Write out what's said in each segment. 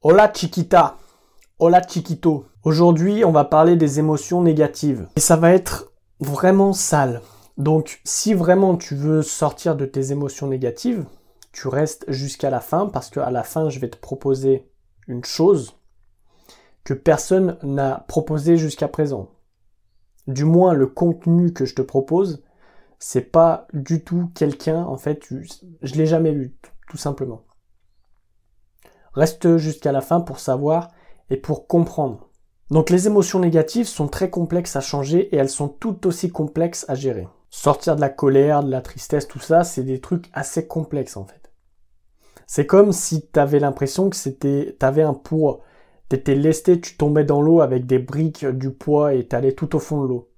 Hola chiquita, hola chiquito. Aujourd'hui, on va parler des émotions négatives. Et ça va être vraiment sale. Donc, si vraiment tu veux sortir de tes émotions négatives, tu restes jusqu'à la fin parce qu'à la fin, je vais te proposer une chose que personne n'a proposé jusqu'à présent. Du moins, le contenu que je te propose, c'est pas du tout quelqu'un, en fait, je l'ai jamais vu, tout simplement. Reste jusqu'à la fin pour savoir et pour comprendre. Donc les émotions négatives sont très complexes à changer et elles sont tout aussi complexes à gérer. Sortir de la colère, de la tristesse, tout ça, c'est des trucs assez complexes en fait. C'est comme si tu avais l'impression que t'avais un poids. T'étais lesté, tu tombais dans l'eau avec des briques, du poids et t'allais tout au fond de l'eau.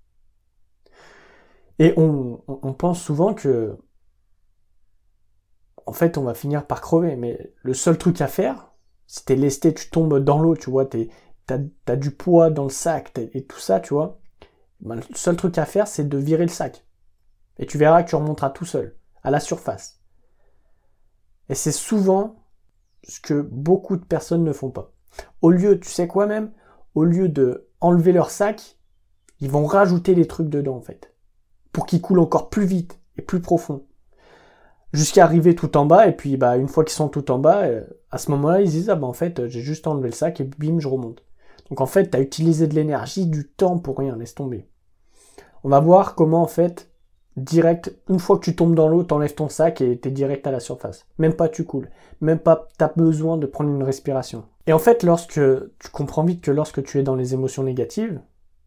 Et on pense souvent que en fait, on va finir par crever. Mais le seul truc à faire, si t'es lesté, tu tombes dans l'eau, tu vois, t'as du poids dans le sac et tout ça, tu vois. Ben, le seul truc à faire, c'est de virer le sac. Et tu verras que tu remonteras tout seul, à la surface. Et c'est souvent ce que beaucoup de personnes ne font pas. Au lieu, tu sais quoi même, au lieu de enlever leur sac, ils vont rajouter des trucs dedans, en fait. Pour qu'ils coulent encore plus vite et plus profond. Jusqu'à arriver tout en bas, et puis bah une fois qu'ils sont tout en bas, à ce moment-là, ils disent « Ah bah en fait, j'ai juste enlevé le sac, et bim, je remonte. » Donc en fait, t'as utilisé de l'énergie, du temps pour rien, laisse tomber. On va voir comment en fait, direct, une fois que tu tombes dans l'eau, t'enlèves ton sac et t'es direct à la surface. Même pas tu coules, même pas t'as besoin de prendre une respiration. Et en fait, lorsque tu comprends vite que lorsque tu es dans les émotions négatives,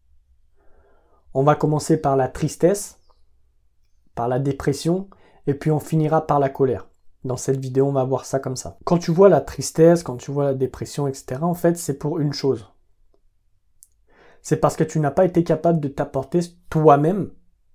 on va commencer par la tristesse, par la dépression, et puis on finira par la colère. Dans cette vidéo, on va voir ça comme ça. Quand tu vois la tristesse, quand tu vois la dépression, etc., en fait, c'est pour une chose. C'est parce que tu n'as pas été capable de t'apporter toi-même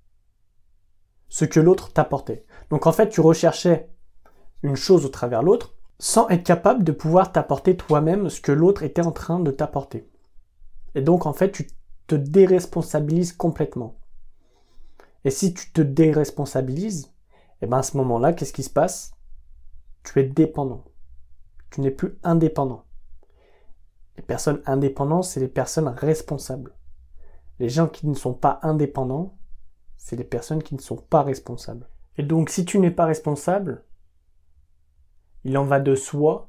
ce que l'autre t'apportait. Donc en fait, tu recherchais une chose au travers l'autre, sans être capable de pouvoir t'apporter toi-même ce que l'autre était en train de t'apporter. Et donc en fait, tu te déresponsabilises complètement. Et si tu te déresponsabilises, et bien à ce moment-là, qu'est-ce qui se passe? Tu es dépendant. Tu n'es plus indépendant. Les personnes indépendantes, c'est les personnes responsables. Les gens qui ne sont pas indépendants, c'est les personnes qui ne sont pas responsables. Et donc, si tu n'es pas responsable, il en va de soi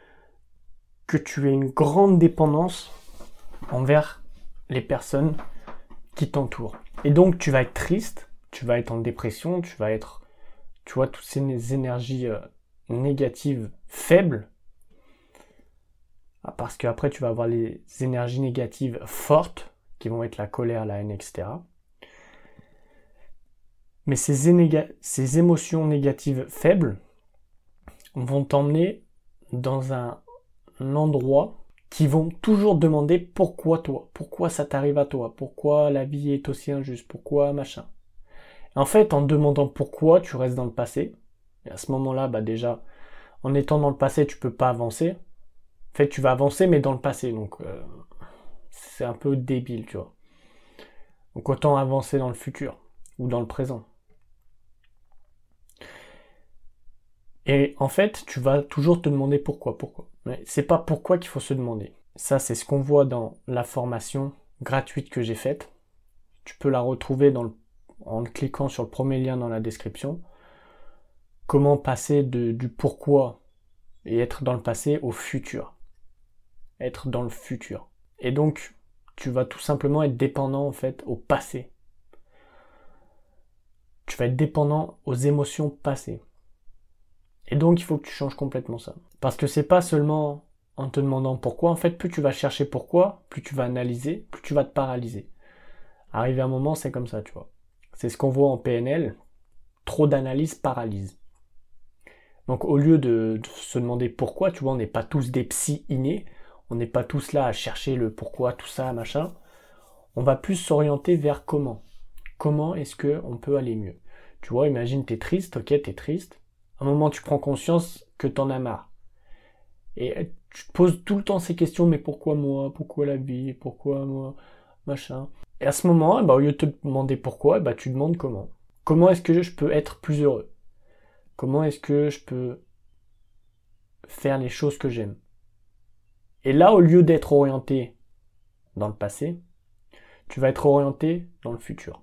que tu aies une grande dépendance envers les personnes qui t'entourent. Et donc, tu vas être triste, tu vas être en dépression, tu vas être, tu vois, toutes ces énergies négatives faibles, parce qu'après tu vas avoir les énergies négatives fortes, qui vont être la colère, la haine, etc. Mais ces émotions négatives faibles vont t'emmener dans un endroit qui vont toujours demander pourquoi toi, pourquoi ça t'arrive à toi, pourquoi la vie est aussi injuste, pourquoi machin. En fait, en demandant pourquoi, tu restes dans le passé. Et à ce moment-là, bah déjà, en étant dans le passé, tu peux pas avancer. En fait, tu vas avancer, mais dans le passé, donc c'est un peu débile, tu vois. Donc autant avancer dans le futur ou dans le présent. Et en fait, tu vas toujours te demander pourquoi. Mais c'est pas pourquoi qu'il faut se demander. Ça, c'est ce qu'on voit dans la formation gratuite que j'ai faite. Tu peux la retrouver en cliquant sur le premier lien dans la description. Comment passer du pourquoi et être dans le passé au futur. Être dans le futur. Et donc, tu vas tout simplement être dépendant en fait au passé. Tu vas être dépendant aux émotions passées. Et donc, il faut que tu changes complètement ça. Parce que c'est pas seulement en te demandant pourquoi. En fait, plus tu vas chercher pourquoi, plus tu vas analyser, plus tu vas te paralyser. Arrivé à un moment, c'est comme ça, tu vois. C'est ce qu'on voit en PNL. Trop d'analyse paralyse. Donc, au lieu de se demander pourquoi, tu vois, on n'est pas tous des psys innés. On n'est pas tous là à chercher le pourquoi, tout ça, machin. On va plus s'orienter vers comment. Comment est-ce qu'on peut aller mieux? Tu vois, imagine, t'es triste, ok, t'es triste. À un moment, tu prends conscience que t'en as marre. Et tu te poses tout le temps ces questions, mais pourquoi moi? Pourquoi la vie? Pourquoi moi? Machin. Et à ce moment, au lieu de te demander pourquoi, tu demandes comment. Comment est-ce que je peux être plus heureux? Comment est-ce que je peux faire les choses que j'aime? Et là, au lieu d'être orienté dans le passé, tu vas être orienté dans le futur.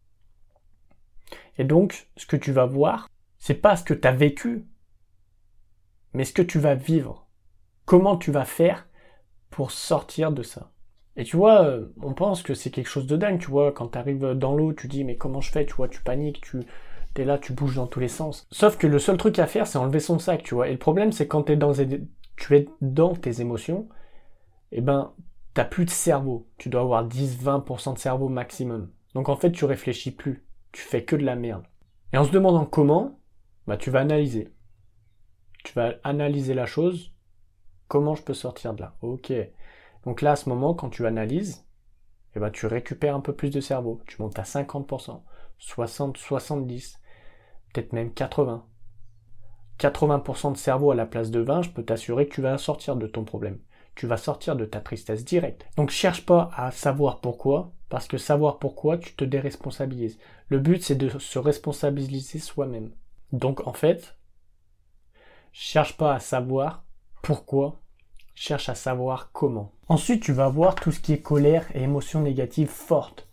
Et donc, ce que tu vas voir, c'est pas ce que tu as vécu, mais ce que tu vas vivre. Comment tu vas faire pour sortir de ça. Et tu vois, on pense que c'est quelque chose de dingue, tu vois, quand tu arrives dans l'eau, tu dis mais comment je fais, tu vois, tu paniques, t'es là, tu bouges dans tous les sens. Sauf que le seul truc à faire, c'est enlever son sac, tu vois. Et le problème, c'est quand tu es dans tes émotions, eh ben, t'as plus de cerveau. Tu dois avoir 10-20% de cerveau maximum. Donc en fait, tu réfléchis plus. Tu fais que de la merde. Et en se demandant comment, bah tu vas analyser. Tu vas analyser la chose. Comment je peux sortir de là? Ok. Donc là, à ce moment, quand tu analyses, eh ben, tu récupères un peu plus de cerveau. Tu montes à 50%, 60, 70, peut-être même 80. 80% de cerveau à la place de 20, je peux t'assurer que tu vas sortir de ton problème. Tu vas sortir de ta tristesse directe. Donc cherche pas à savoir pourquoi, parce que savoir pourquoi, tu te déresponsabilises. Le but, c'est de se responsabiliser soi-même. Donc en fait, cherche pas à savoir pourquoi, cherche à savoir comment. Ensuite, tu vas voir tout ce qui est colère et émotions négatives fortes.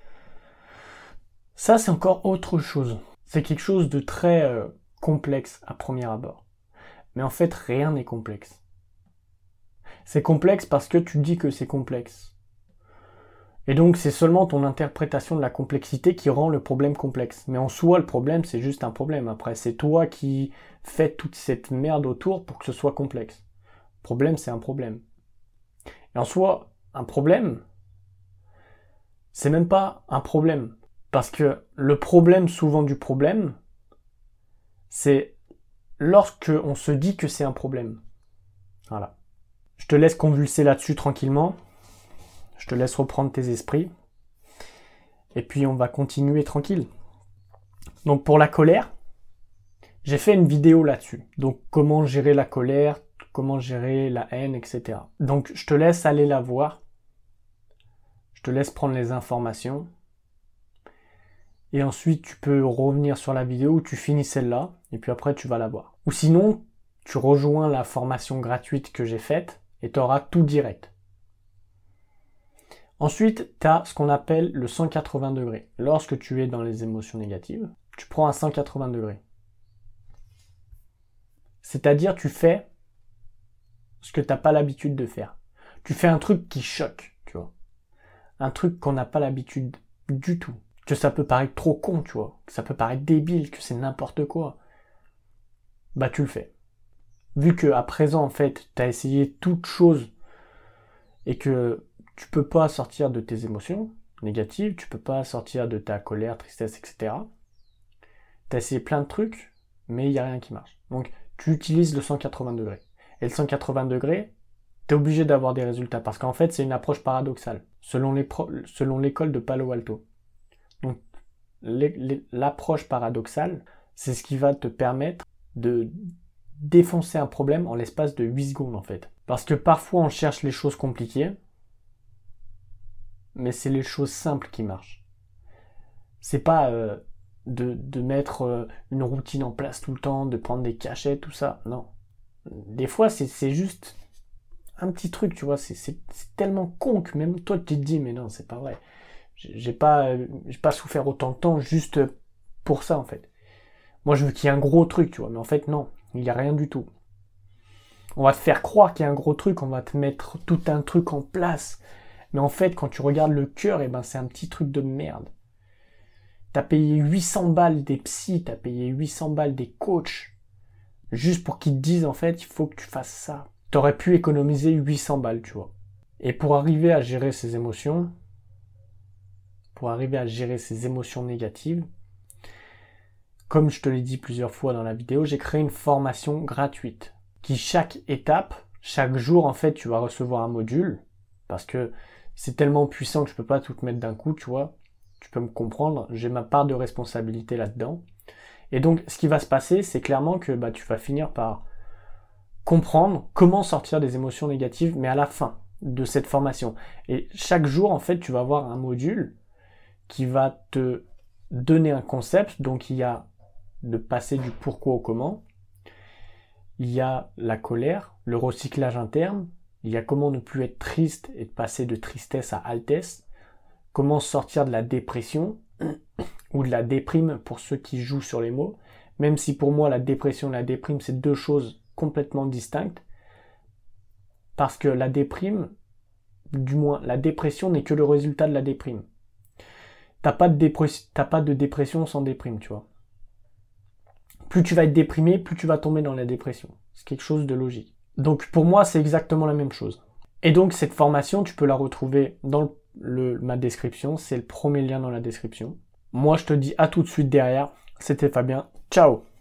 Ça, c'est encore autre chose. C'est quelque chose de très complexe à premier abord. Mais en fait, rien n'est complexe. C'est complexe parce que tu dis que c'est complexe. Et donc, c'est seulement ton interprétation de la complexité qui rend le problème complexe. Mais en soi, le problème, c'est juste un problème. Après, c'est toi qui fais toute cette merde autour pour que ce soit complexe. Le problème, c'est un problème. Et en soi, un problème, c'est même pas un problème. Parce que le problème souvent du problème, c'est lorsque on se dit que c'est un problème. Voilà. Je te laisse convulser là-dessus tranquillement. Je te laisse reprendre tes esprits. Et puis on va continuer tranquille. Donc pour la colère, j'ai fait une vidéo là-dessus. Donc comment gérer la colère, comment gérer la haine, etc. Donc je te laisse aller la voir. Je te laisse prendre les informations. Et ensuite tu peux revenir sur la vidéo où tu finis celle-là. Et puis après tu vas la voir. Ou sinon, tu rejoins la formation gratuite que j'ai faite et tu auras tout direct. Ensuite, tu as ce qu'on appelle le 180 degrés. Lorsque tu es dans les émotions négatives, tu prends un 180 degrés. C'est-à-dire, tu fais ce que tu n'as pas l'habitude de faire. Tu fais un truc qui choque, tu vois. Un truc qu'on n'a pas l'habitude du tout. Que ça peut paraître trop con, tu vois. Que ça peut paraître débile, que c'est n'importe quoi. Bah, tu le fais. Vu que à présent, en fait, tu as essayé toute chose et que tu peux pas sortir de tes émotions négatives, tu peux pas sortir de ta colère, tristesse, etc. Tu as essayé plein de trucs, mais il n'y a rien qui marche. Donc, tu utilises le 180 degrés. Et le 180 degrés, tu es obligé d'avoir des résultats, parce qu'en fait, c'est une approche paradoxale, selon l'école de Palo Alto. Donc, l'approche paradoxale, c'est ce qui va te permettre de défoncer un problème en l'espace de 8 secondes, en fait. Parce que parfois, on cherche les choses compliquées, mais c'est les choses simples qui marchent. C'est pas de mettre une routine en place tout le temps, de prendre des cachets, tout ça. Non. Des fois, c'est juste un petit truc, tu vois. C'est tellement con que même toi, tu te dis, mais non, c'est pas vrai. J'ai pas souffert autant de temps juste pour ça, en fait. Moi, je veux qu'il y ait un gros truc, tu vois. Mais en fait, non. Il n'y a rien du tout. On va te faire croire qu'il y a un gros truc, on va te mettre tout un truc en place. Mais en fait, quand tu regardes le cœur, eh ben, c'est un petit truc de merde. T'as payé 800 balles des psys, t'as payé 800 balles des coachs, juste pour qu'ils te disent, en fait, il faut que tu fasses ça. T'aurais pu économiser 800 balles, tu vois. Et pour arriver à gérer ces émotions, négatives, comme je te l'ai dit plusieurs fois dans la vidéo, j'ai créé une formation gratuite, qui chaque étape, chaque jour, en fait, tu vas recevoir un module, parce que c'est tellement puissant que je peux pas tout te mettre d'un coup, tu vois. Tu peux me comprendre, j'ai ma part de responsabilité là-dedans. Et donc, ce qui va se passer, c'est clairement que tu vas finir par comprendre comment sortir des émotions négatives, mais à la fin de cette formation. Et chaque jour, en fait, tu vas avoir un module qui va te donner un concept. Donc, il y a de passer du pourquoi au comment. Il y a la colère, le recyclage interne. Il y a comment ne plus être triste et de passer de tristesse à altesse. Comment sortir de la dépression ou de la déprime pour ceux qui jouent sur les mots. Même si pour moi la dépression et la déprime c'est deux choses complètement distinctes. Parce que la déprime, du moins la dépression n'est que le résultat de la déprime. T'as pas de dépression sans déprime, tu vois. Plus tu vas être déprimé, plus tu vas tomber dans la dépression. C'est quelque chose de logique. Donc pour moi, c'est exactement la même chose. Et donc cette formation, tu peux la retrouver dans ma description. C'est le premier lien dans la description. Moi, je te dis à tout de suite derrière. C'était Fabien. Ciao!